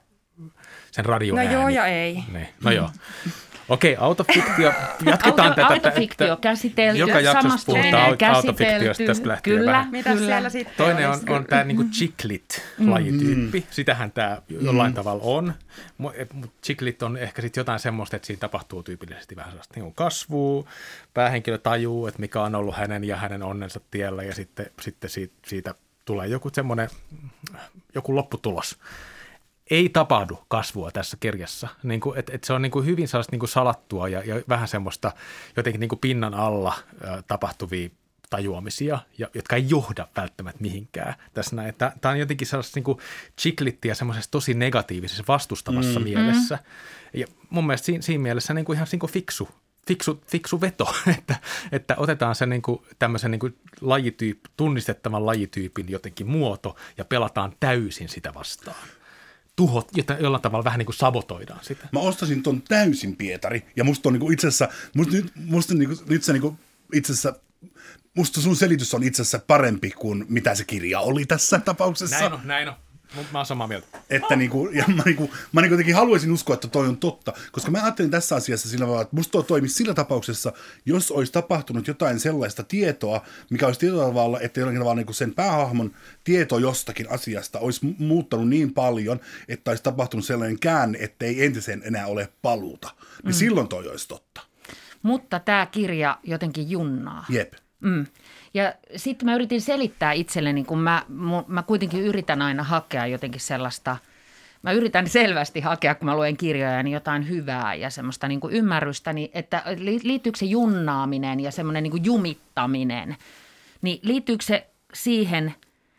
sen radioääni. No joo ja ei. Niin. No joo. Okei, autofiktio. Jatketaan Auto, tätä. autofiktio käsitelty. Joka jaksossa puhutaan käsitelty. autofiktiosta tästä lähtien Kyllä, vähän. Mitä kyllä. siellä sitten Toinen on, olisi? on tämä niinku chicklit-lajityyppi. Sitähän tämä jollain tavalla on. Mutta chicklit on ehkä sitten jotain semmoista, että siinä tapahtuu tyypillisesti vähän sellaista niinku kasvua. Päähenkilö tajuu, että mikä on ollut hänen ja hänen onnensa tiellä ja sitten, sitten siitä, siitä tulee joku semmoinen, joku lopputulos. Ei tapahdu kasvua tässä kirjassa. Niin kuin, et, et se on niin kuin hyvin sellaista niin kuin salattua ja, ja vähän semmoista jotenkin niin kuin pinnan alla ä, tapahtuvia tajuamisia, ja, jotka ei johda välttämättä mihinkään. Tässä näin. Tämä on jotenkin sellaista niin kuin chiklittiä semmoisessa tosi negatiivisessa vastustavassa mm. mielessä. Ja mun mielestä siinä, siinä mielessä niin kuin ihan niin kuin fiksu, fiksu, fiksu veto, että, että otetaan se niin kuin tämmöisen niin kuin lajityyp, tunnistettavan lajityypin jotenkin muoto ja pelataan täysin sitä vastaan. Tuhot, jollain tavalla vähän niin kuin sabotoidaan sitä. Mä ostasin ton täysin, Pietari, ja musta on niinku itse asiassa, musta, nyt, musta niinku, nyt se niinku itse asiassa, musta sun selitys on itse asiassa parempi kuin mitä se kirja oli tässä tapauksessa. Näin on, näin on. Mä oon samaa mieltä. Että niinku, ja mä, niinku, mä niinku jotenkin haluaisin uskoa, että toi on totta, koska mä ajattelin tässä asiassa sillä tavalla, että musta toi toimisi sillä tapauksessa, jos olisi tapahtunut jotain sellaista tietoa, mikä olisi tietyllä tavalla, että jollakin tavalla niinku sen päähahmon tieto jostakin asiasta olisi muuttanut niin paljon, että olisi tapahtunut sellainen käänne, että ei entiseen enää ole paluuta. Niin mm. silloin toi olisi totta. Mutta tämä kirja jotenkin junnaa. Jep. Mm. Ja sitten mä yritin selittää itselleni, kun mä, mä kuitenkin yritän aina hakea jotenkin sellaista, mä yritän selvästi hakea, kun mä luen kirjoja, niin jotain hyvää ja semmoista niin kuin ymmärrystä, niin että liittyykö se junnaaminen ja semmoinen niin kuin jumittaminen, niin liittyykö se siihen,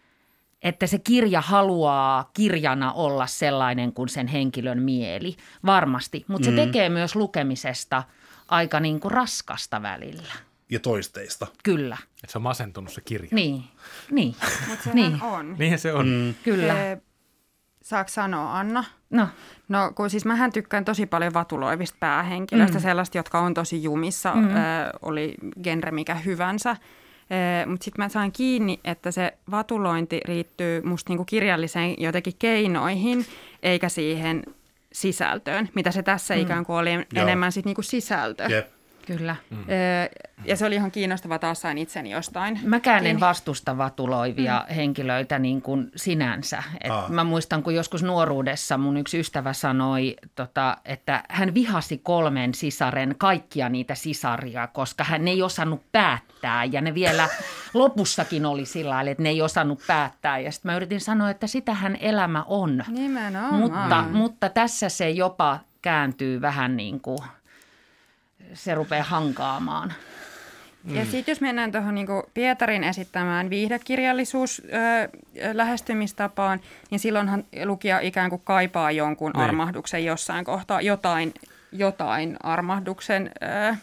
että se kirja haluaa kirjana olla sellainen kuin sen henkilön mieli, varmasti, mutta se mm. tekee myös lukemisesta aika niin kuin raskasta välillä. Ja toisteista. Kyllä. Että se on masentunut se kirja. Niin, niin. Mutta sehän niin. on. Niinhän se on. Mm. Kyllä. E, saako sanoa, Anna? No. No, kun siis mähän tykkään tosi paljon vatuloivista päähenkilöistä, mm. sellaista, jotka on tosi jumissa, mm. äh, oli genre mikä hyvänsä. Äh, mutta sitten mä sain kiinni, että se vatulointi liittyy musta niinku kirjalliseen jotenkin keinoihin, eikä siihen sisältöön, mitä se tässä mm. ikään kuin oli Joo. enemmän sit niinku sisältö. Jep. Kyllä. Mm. Ja se oli ihan kiinnostavaa, taas sain itseni jostain. Mäkään en vastusta vatuloivia mm. henkilöitä niin kuin sinänsä. Et mä muistan, kun joskus nuoruudessa mun yksi ystävä sanoi, tota, että hän vihasi kolmen sisaren kaikkia niitä sisaria, koska hän ei osannut päättää. Ja ne vielä lopussakin oli sillä lailla, että ne ei osannut päättää. Ja sitten mä yritin sanoa, että sitähän elämä on. Nimenomaan. Mutta, mutta tässä se jopa kääntyy vähän niin kuin... se rupeaa hankaamaan. Ja sitten jos mennään tuohon niinku Pietarin esittämään viihdekirjallisuus ö, lähestymistapaan, niin silloinhan lukija ikään kuin kaipaa jonkun niin. armahduksen jossain kohtaa, jotain, jotain armahduksen ö,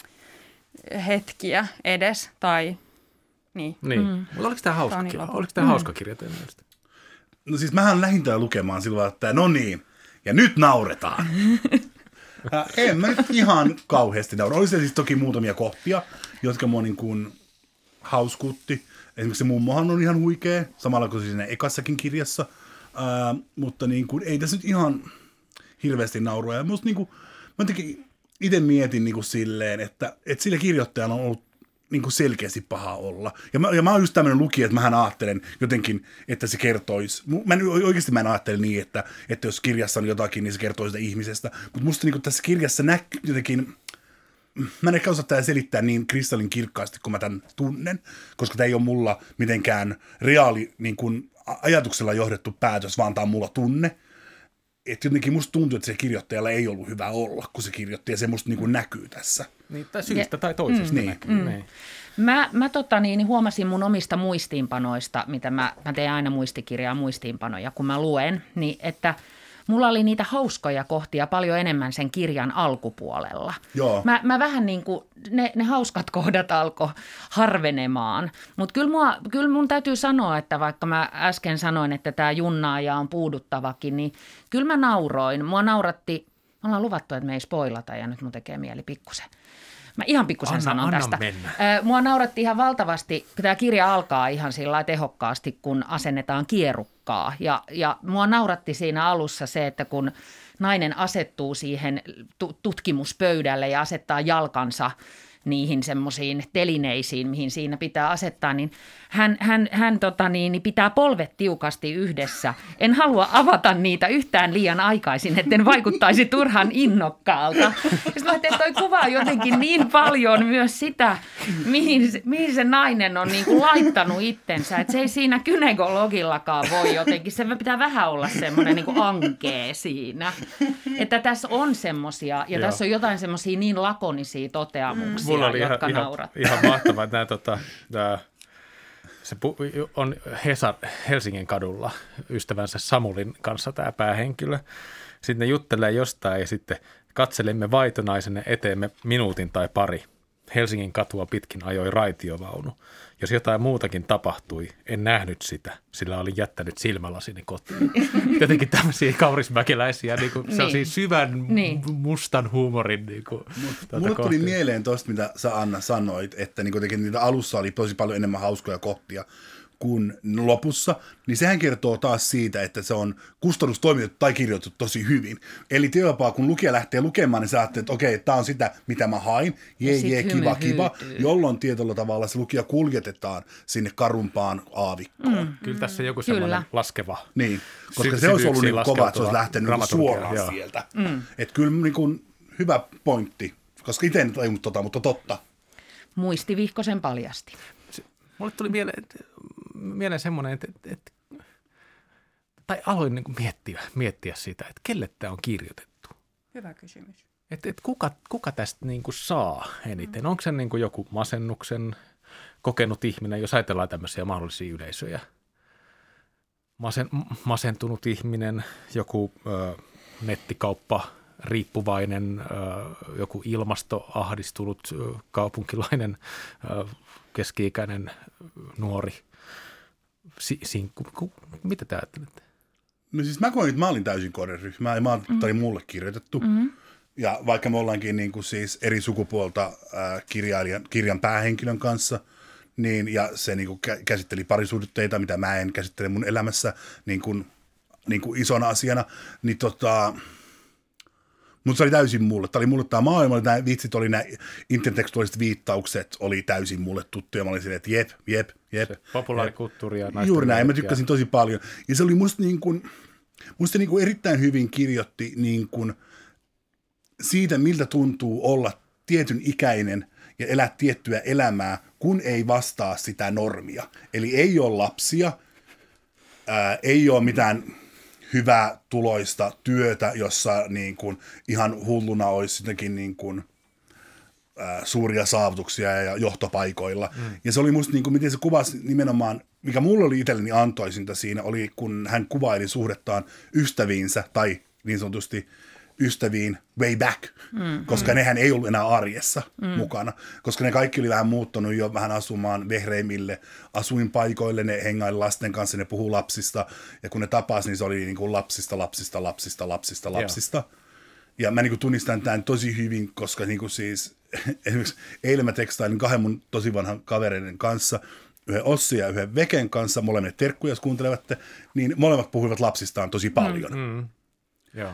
hetkiä edes. Tai, niin. niin. Mm. Mutta oliko tämä hauska, kirja? Oliko tämä mm. hauska kirja teidän mielestä? No siis mähän lähdin lukemaan silloin, että no niin, ja nyt nauretaan. Äh, en mä nyt ihan kauheasti naura. Oli se siis toki muutamia kohtia, jotka mua niin kuin hauskuutti. Esimerkiksi se mummohan on ihan huikea, samalla kuin siinä ekassakin kirjassa. Äh, mutta niin kuin, ei tässä nyt ihan hirveästi naurua. Ja musta niin kuin, mä itse mietin niin kuin silleen, että, että sillä kirjoittajalla on ollut niin kuin selkeästi paha olla. Ja mä, ja mä oon just tämmöinen lukija, että mähän ajattelen jotenkin, että se kertoisi. Mä en, oikeasti mä en ajattele niin, että, että jos kirjassa on jotakin, niin se kertoo sitä ihmisestä. Mutta musta niin kuin tässä kirjassa näkyy jotenkin, mä en ehkä osaa tämä selittää niin kristallin kirkkaasti, kun mä tämän tunnen, koska tämä ei ole mulla mitenkään reaali niin kuin ajatuksella johdettu päätös, vaan tämä on mulla tunne. Että jotenkin musta tuntuu, että se kirjoittajalla ei ollut hyvä olla, kun se kirjoitti, ja se musta niin kuin näkyy tässä. Niin, tai syystä ja, tai toisesta mm, näkyy. Mm. Niin. Mä, mä tota niin, huomasin mun omista muistiinpanoista, mitä mä, mä teen aina muistikirjaa muistiinpanoja, kun mä luen, niin että mulla oli niitä hauskoja kohtia paljon enemmän sen kirjan alkupuolella. Joo. Mä, mä vähän niin kuin, ne, ne hauskat kohdat alkoi harvenemaan. Mutta kyllä, kyllä mun täytyy sanoa, että vaikka mä äsken sanoin, että tämä junnaaja on puuduttavakin, niin kyllä mä nauroin. Mua nauratti, ollaan luvattu, että me ei spoilata ja nyt mun tekee mieli pikkusen. Mä ihan pikkusen Anna- sanon anna tästä. mennä. Mua nauratti ihan valtavasti, kun tämä kirja alkaa ihan sillä tehokkaasti, kun asennetaan kierukkaa. Ja, ja mua nauratti siinä alussa se, että kun nainen asettuu siihen tutkimuspöydälle ja asettaa jalkansa niihin semmoisiin telineisiin, mihin siinä pitää asettaa, niin hän, hän, hän tota niin, pitää polvet tiukasti yhdessä. En halua avata niitä yhtään liian aikaisin, etten vaikuttaisi turhan innokkaalta. Sitten mä ajattelin, että toi kuvaa jotenkin niin paljon myös sitä, mihin, mihin se nainen on niin kuin laittanut itsensä. Että se ei siinä gynekologillakaan voi jotenkin, se pitää vähän olla semmoinen niin kuin ankee siinä. Että tässä on semmoisia, ja Joo. tässä on jotain semmoisia niin lakonisia toteamuksia, Mulla oli jotka ihan, naurattaa. ihan, ihan mahtavaa, että nämä, tota, tämä, se pu- on Hesar, Helsingin kadulla ystävänsä Samulin kanssa tämä päähenkilö. Sitten ne juttelee jostain ja sitten katselemme vaitonaisenne eteemme minuutin tai pari. Helsingin katua pitkin ajoi raitiovaunu. Jos jotain muutakin tapahtui, en nähnyt sitä, sillä olin jättänyt silmälasini kotiin. Jotenkin tämmöisiä kaurismäkeläisiä, niin kuin, sellaisia Niin. syvän Niin. mustan huumorin. Niin kuin, tuota Mulle tuli kohtia. mieleen tosta, mitä sä Anna sanoit, että niin kuitenkin niitä alussa oli tosi paljon enemmän hauskoja kohtia kuin lopussa, niin sehän kertoo taas siitä, että se on kustannustoimitettu tai kirjoitettu tosi hyvin. Eli työpaa, kun lukija lähtee lukemaan, niin sä ajattelet, että okei, tämä on sitä, mitä mä hain, jee, sit jee, hymy kiva, kiva, hyytyy. jolloin tietyllä tavalla se lukija kuljetetaan sinne karumpaan aavikkoon. Mm. Kyllä tässä joku Kyllä. semmoinen laskeva. Niin, koska Sy- se olisi ollut syvyyksiin niin kova, että se olisi laskeutuva lähtenyt niin dramaturgia, suoraan joo. sieltä. Mm. Että kyllä niin kuin, hyvä pointti, koska itse en tajunnut tota, mutta totta. Muistivihkosen paljasti. Mulle tuli mieleen, mieleen semmoinen, että, että, että tai aloin niin kuin miettiä, miettiä sitä, että kelle tämä on kirjoitettu. Hyvä kysymys. Että, että kuka, kuka tästä niin kuin saa eniten? Mm. Onko se niin kuin joku masennuksen kokenut ihminen, jos ajatellaan tämmöisiä mahdollisia yleisöjä? Masen, masentunut ihminen, joku ö, nettikauppa, riippuvainen, ö, joku ilmastoahdistunut ö, kaupunkilainen, ö, keski-ikäinen nuori si, sinkku. Ku, mitä te ajattelette? No siis mä koin, että mä olin täysin kohderyhmä ja mä olin mm. mulle kirjoitettu. Mm-hmm. Ja vaikka me ollaankin niin kuin siis eri sukupuolta äh, kirjailijan, kirjan päähenkilön kanssa, niin, ja se niin kuin käsitteli parisuhdetteita, mitä mä en käsittele mun elämässä niin kuin, niin kuin isona asiana, niin tota, mutta se oli täysin mulle. Tämä oli mulle tämä maailma, nämä vitsit oli nämä intertekstuaaliset viittaukset, oli täysin mulle tuttuja. Mä olin silleen, että jep, jep, jep. Se populaarikulttuuri ja naisten Juuri näin, mä leikkiä. tykkäsin tosi paljon. Ja se oli musta, niin kuin, musta niin kuin erittäin hyvin kirjoitti niin kuin siitä, miltä tuntuu olla tietyn ikäinen ja elää tiettyä elämää, kun ei vastaa sitä normia. Eli ei ole lapsia, ää, ei ole mitään hyvää tuloista työtä, jossa niin kuin ihan hulluna olisi jotenkin niin kuin, ää, suuria saavutuksia ja johtopaikoilla. Mm. Ja se oli musta, niin kuin, miten se kuvasi nimenomaan, mikä mulle oli itselleni antoisinta siinä, oli kun hän kuvaili suhdettaan ystäviinsä tai niin sanotusti ystäviin way back, mm, koska mm. nehän ei ollut enää arjessa mm. mukana, koska ne kaikki oli vähän muuttunut jo vähän asumaan vehreimmille asuinpaikoille, ne hengaili lasten kanssa, ne puhuu lapsista, ja kun ne tapasi, niin se oli niin kuin lapsista, lapsista, lapsista, lapsista, lapsista. Joo. Ja mä niin kuin tunnistan tämän tosi hyvin, koska niin kuin siis, esimerkiksi eilen mä tekstailin kahden mun tosi vanhan kavereiden kanssa, yhden Ossi ja yhden Veken kanssa, molemmat terkkuja, jos kuuntelevatte, niin molemmat puhuivat lapsistaan tosi paljon. Mm, mm. Joo.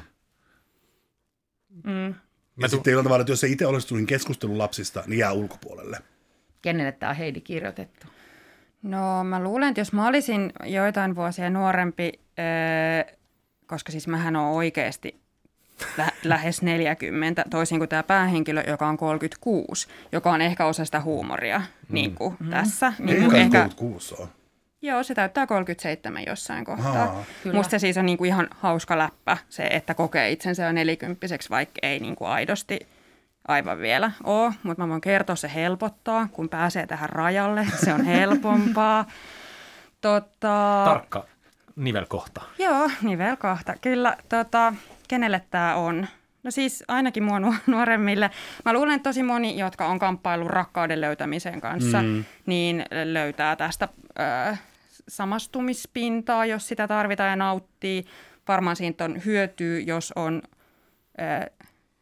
Mm. Ja sitten jollain tavalla, että jos ei itse osallistuin keskustelun lapsista, niin jää ulkopuolelle. Kenelle tämä Heidi kirjoitettu? No mä luulen, että jos mä olisin joitain vuosia nuorempi, äh, koska siis mähän on oikeasti lä- lähes neljäkymmentä, toisin kuin tämä päähenkilö, joka on kolmekymmentäkuusi, joka on ehkä osa sitä huumoria mm. niin kuin mm. tässä. Niin Ei kuin ehkä, kolmekymmentäkuusi ole. joo, se täyttää kolmekymmentäseitsemän jossain kohtaa. Aa, Musta se siis on niin kuin ihan hauska läppä, se, että kokee itsensä jo nelikymppiseksi, vaikka ei niin kuin aidosti aivan vielä ole. Mutta mä voin kertoa, se helpottaa, kun pääsee tähän rajalle. Se on helpompaa. Tota, Tarkka nivelkohta. Joo, nivelkohta. Kyllä, tota, kenelle tämä on? No siis ainakin mua nuoremmille. Mä luulen, että tosi moni, jotka on kamppaillut rakkauden löytämisen kanssa, mm. niin löytää tästä ö, samastumispintaa, jos sitä tarvitaan ja nauttii. Varmaan siitä on hyötyä, jos on ö,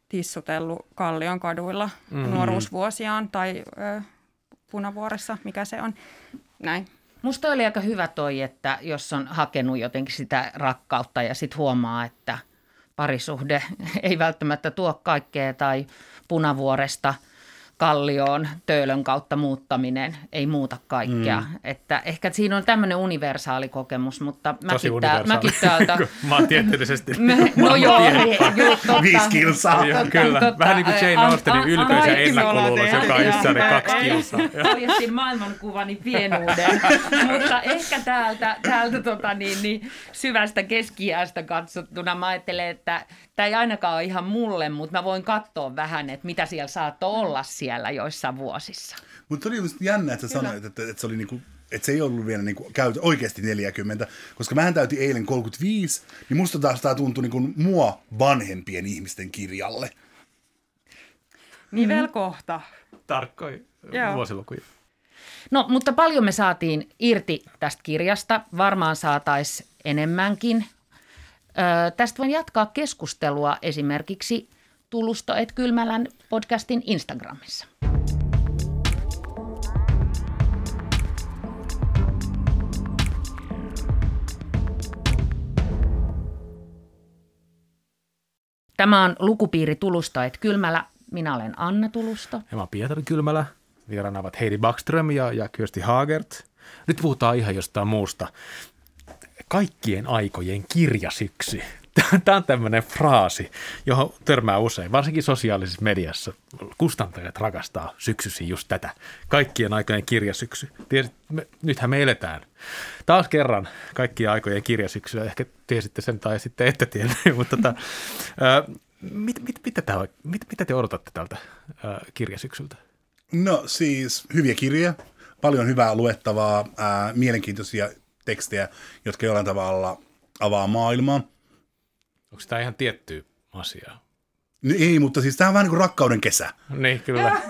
tissutellut Kallion kaduilla mm-hmm. nuoruusvuosiaan tai ö, Punavuoressa, mikä se on. Näin. Musta oli aika hyvä toi, että jos on hakenut jotenkin sitä rakkautta ja sitten huomaa, että parisuhde ei välttämättä tuo kaikkea tai Punavuoresta Kallioon Töölön kautta muuttaminen ei muuta kaikkea. Mm. Että ehkä siinä on tämmöinen universaali kokemus, mutta mäkin, tää, mäkin täältä... Maantieteellisesti. No joo, joo, totta. Viisi kilsaa. Joo, kyllä. Totta, vähän niin kuin Jane Austenin ylpeys ja ennakkoluulos, joka on itsensä kaksi kilsaa. Ohjastin maailmankuvani pienuuden. Mutta ehkä täältä, täältä tota niin, niin, syvästä keski-iästä katsottuna mä ajattelen, että tämä ei ainakaan ole ihan mulle, mutta mä voin katsoa vähän, että mitä siellä saattoi olla siellä joissain vuosissa. Mutta oli just jännä, että sä sanoit, että, että, se oli niinku, että se ei ollut vielä niinku käyty oikeasti neljäkymmentä, koska mähän täytin eilen kolmekymmentäviisi, niin musta taas tämä tuntui niinku mua vanhempien ihmisten kirjalle. Nivelkohta. Tarkkoja vuosilukuja. No, mutta paljon me saatiin irti tästä kirjasta. Varmaan saataisiin enemmänkin. Öö, tästä voin jatkaa keskustelua esimerkiksi Tulusto et Kylmälän podcastin Instagramissa. Tämä on lukupiiri Tulusto et Kylmälä. Minä olen Anna Tulusto. Ja mä oon Pietari Kylmälä. Vieraana ovat Heidi Backström ja, ja Kirsti Hagert. Nyt puhutaan ihan jostain muusta. Kaikkien aikojen kirjasyksy. Tämä on tämmöinen fraasi, johon törmää usein, varsinkin sosiaalisessa mediassa. Kustantajat rakastaa syksysi just tätä. Kaikkien aikojen kirjasyksy. Tiesit, me, nythän me eletään taas kerran kaikkien aikojen kirjasyksyä. Ehkä tiesitte sen tai sitten ette tiennyt, mutta tota, ää, mit, mit, mitä, tämä, mit, mitä te odotatte tältä ää, kirjasyksyltä? No siis hyviä kirjoja, paljon hyvää luettavaa, ää, mielenkiintoisia tekstejä, jotka jollain tavalla avaa maailmaa. Onko tämä ihan tiettyä asiaa? No ei, mutta siis tämä on vähän niin kuin rakkauden kesä. Niin, kyllä.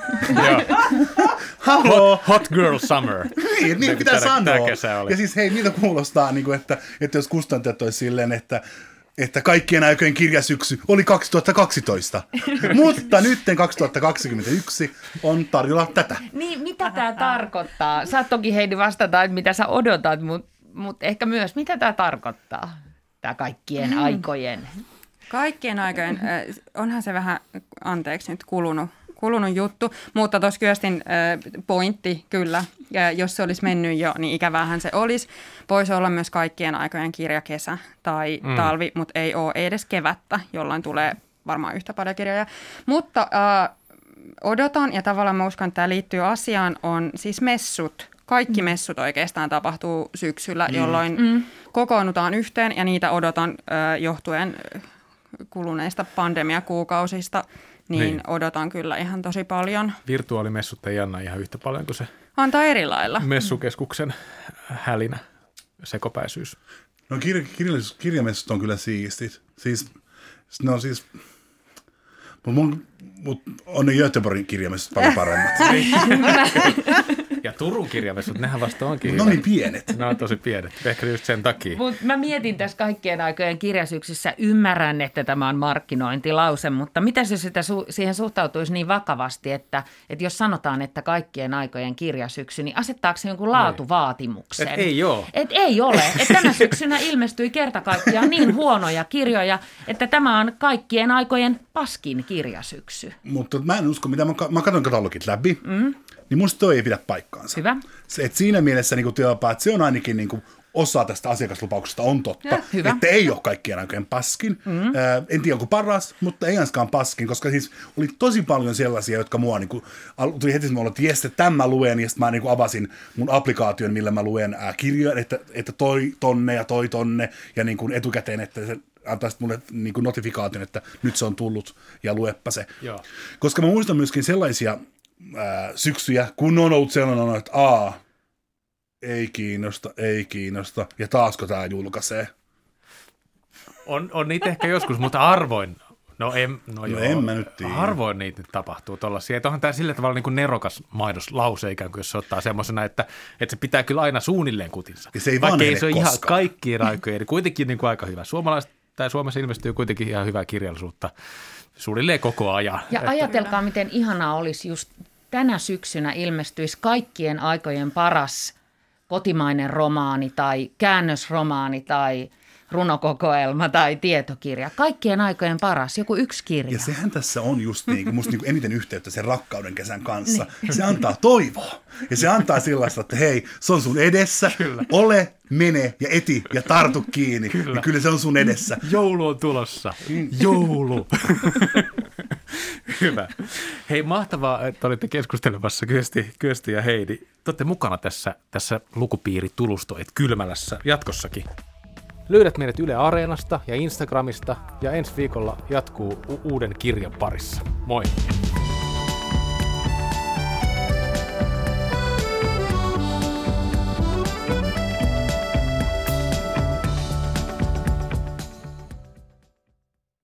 Hot, hot girl summer. Niin, niin pitää tämä, sanoa. Tämä kesä oli. Ja siis hei, miltä kuulostaa, niin kuin, että, että jos kustantajat olisi silleen, että, että kaikkien aikojen kirjasyksy oli kaksituhattakaksitoista, mutta nyt kaksituhattakaksikymmentäyksi on tarjolla tätä. Niin, mitä tämä tarkoittaa? Saat toki Heidi vastata, että mitä sä odotat, mutta mut ehkä myös, mitä tämä tarkoittaa? Tämä kaikkien aikojen. Kaikkien aikojen. Onhan se vähän, anteeksi nyt, kulunut, kulunut juttu, mutta tuossa Kyöstin pointti kyllä. Ja jos se olisi mennyt jo, niin ikävähän se olisi. Voisi olla myös kaikkien aikojen kirjakesä tai mm. talvi, mutta ei ole ei edes kevättä, jolloin tulee varmaan yhtä paljon kirjoja. Mutta äh, odotan, ja tavallaan mä uskon, että tämä liittyy asiaan, on siis messut. Kaikki messut oikeastaan tapahtuu syksyllä, mm. jolloin mm. kokoonnutaan yhteen ja niitä odotan ö, johtuen kuluneista pandemiakuukausista, niin, niin odotan kyllä ihan tosi paljon. Virtuaalimessut ei anna ihan yhtä paljon kuin se antaa eri lailla. Messukeskuksen hälinä, sekopäisyys. No kir- kirjallis- kirjamessut on kyllä siistit. Siis, ne on siis... Mutta mut on ne Göteborgin kirjamessut paljon paremmat. Ja Turun kirjamessut, nehän vasta onkin. No niin pienet. Ne on tosi pienet, ehkä just sen takia. Mut mä mietin tässä kaikkien aikojen kirjasyksyssä, ymmärrän, että tämä on markkinointilause, mutta mitä se sitä su- siihen suhtautuisi niin vakavasti, että, että jos sanotaan, että kaikkien aikojen kirjasyksy, niin asettaako se jonkun laatuvaatimuksen? Et ei ole. Et ei ole. Että tänä syksynä ilmestyi kerta kaikkiaan niin huonoja kirjoja, että tämä on kaikkien aikojen paskin kirjasyksy. Mutta mä en usko, mitä mä, mä katson katalogit läpi, mm. niin musta toi ei pidä paikkaansa. Hyvä. Se, et siinä mielessä niin työpää, että se on ainakin niin kuin osa tästä asiakaslupauksesta on totta, ja, hyvä. Että ei ole kaikkien aikojen paskin. Mm. Ää, en tiedä onko paras, mutta ei ainakaan paskin, koska siis oli tosi paljon sellaisia, jotka mua niin kuin, tuli heti semmoinen, että jes, että tämän mä luen, ja sitten mä niin kuin avasin mun applikaation, millä mä luen ää, kirjoja, että, että toi tonne ja toi tonne, ja niin kuin etukäteen, että se antaa mulle niin kuin notifikaation, että nyt se on tullut, ja luepa se. Joo. Koska mä muistan myöskin sellaisia ää, syksyjä, kun on ollut sellainen, että aa, ei kiinnosta, ei kiinnosta. Ja taasko tämä julkaisee? On, on niitä ehkä joskus, mutta harvoin. No, en, no, no joo, en mä nyt tiedä. Harvoin niitä tapahtuu tuollaisia. Että onhan tämä sillä tavalla niin kuin nerokas mainoslause ikään kuin, jos se ottaa semmoisena, että, että se pitää kyllä aina suunnilleen kutinsa. Ja se ei Vaikka vanhene ei se ole koskaan. ihan kaikkien aikojen, kuitenkin niin kuin aika hyvä. Suomalaiset tää Suomessa ilmestyy kuitenkin ihan hyvää kirjallisuutta suunnilleen koko ajan. Ja ajatelkaa, miten ihanaa olisi just tänä syksynä ilmestyisi kaikkien aikojen paras kotimainen romaani tai käännösromaani tai runokokoelma tai tietokirja. Kaikkien aikojen paras, joku yksi kirja. Ja sehän tässä on just niin kuin, musta niin kuin eniten yhteyttä sen rakkauden kesän kanssa. Se antaa toivoa. Ja se antaa sellaista, että hei, se on sun edessä. Kyllä. Ole, mene ja eti ja tartu kiinni. Kyllä. Ja kyllä se on sun edessä. Joulu on tulossa. Joulu. Hyvä. Hei, mahtavaa, että olitte keskustelemassa Kyösti, Kyösti ja Heidi. Te olette mukana tässä, tässä lukupiiri Tulustoet Kylmälässä jatkossakin. Löydät meidät Yle Areenasta ja Instagramista ja ensi viikolla jatkuu u- uuden kirjan parissa. Moi!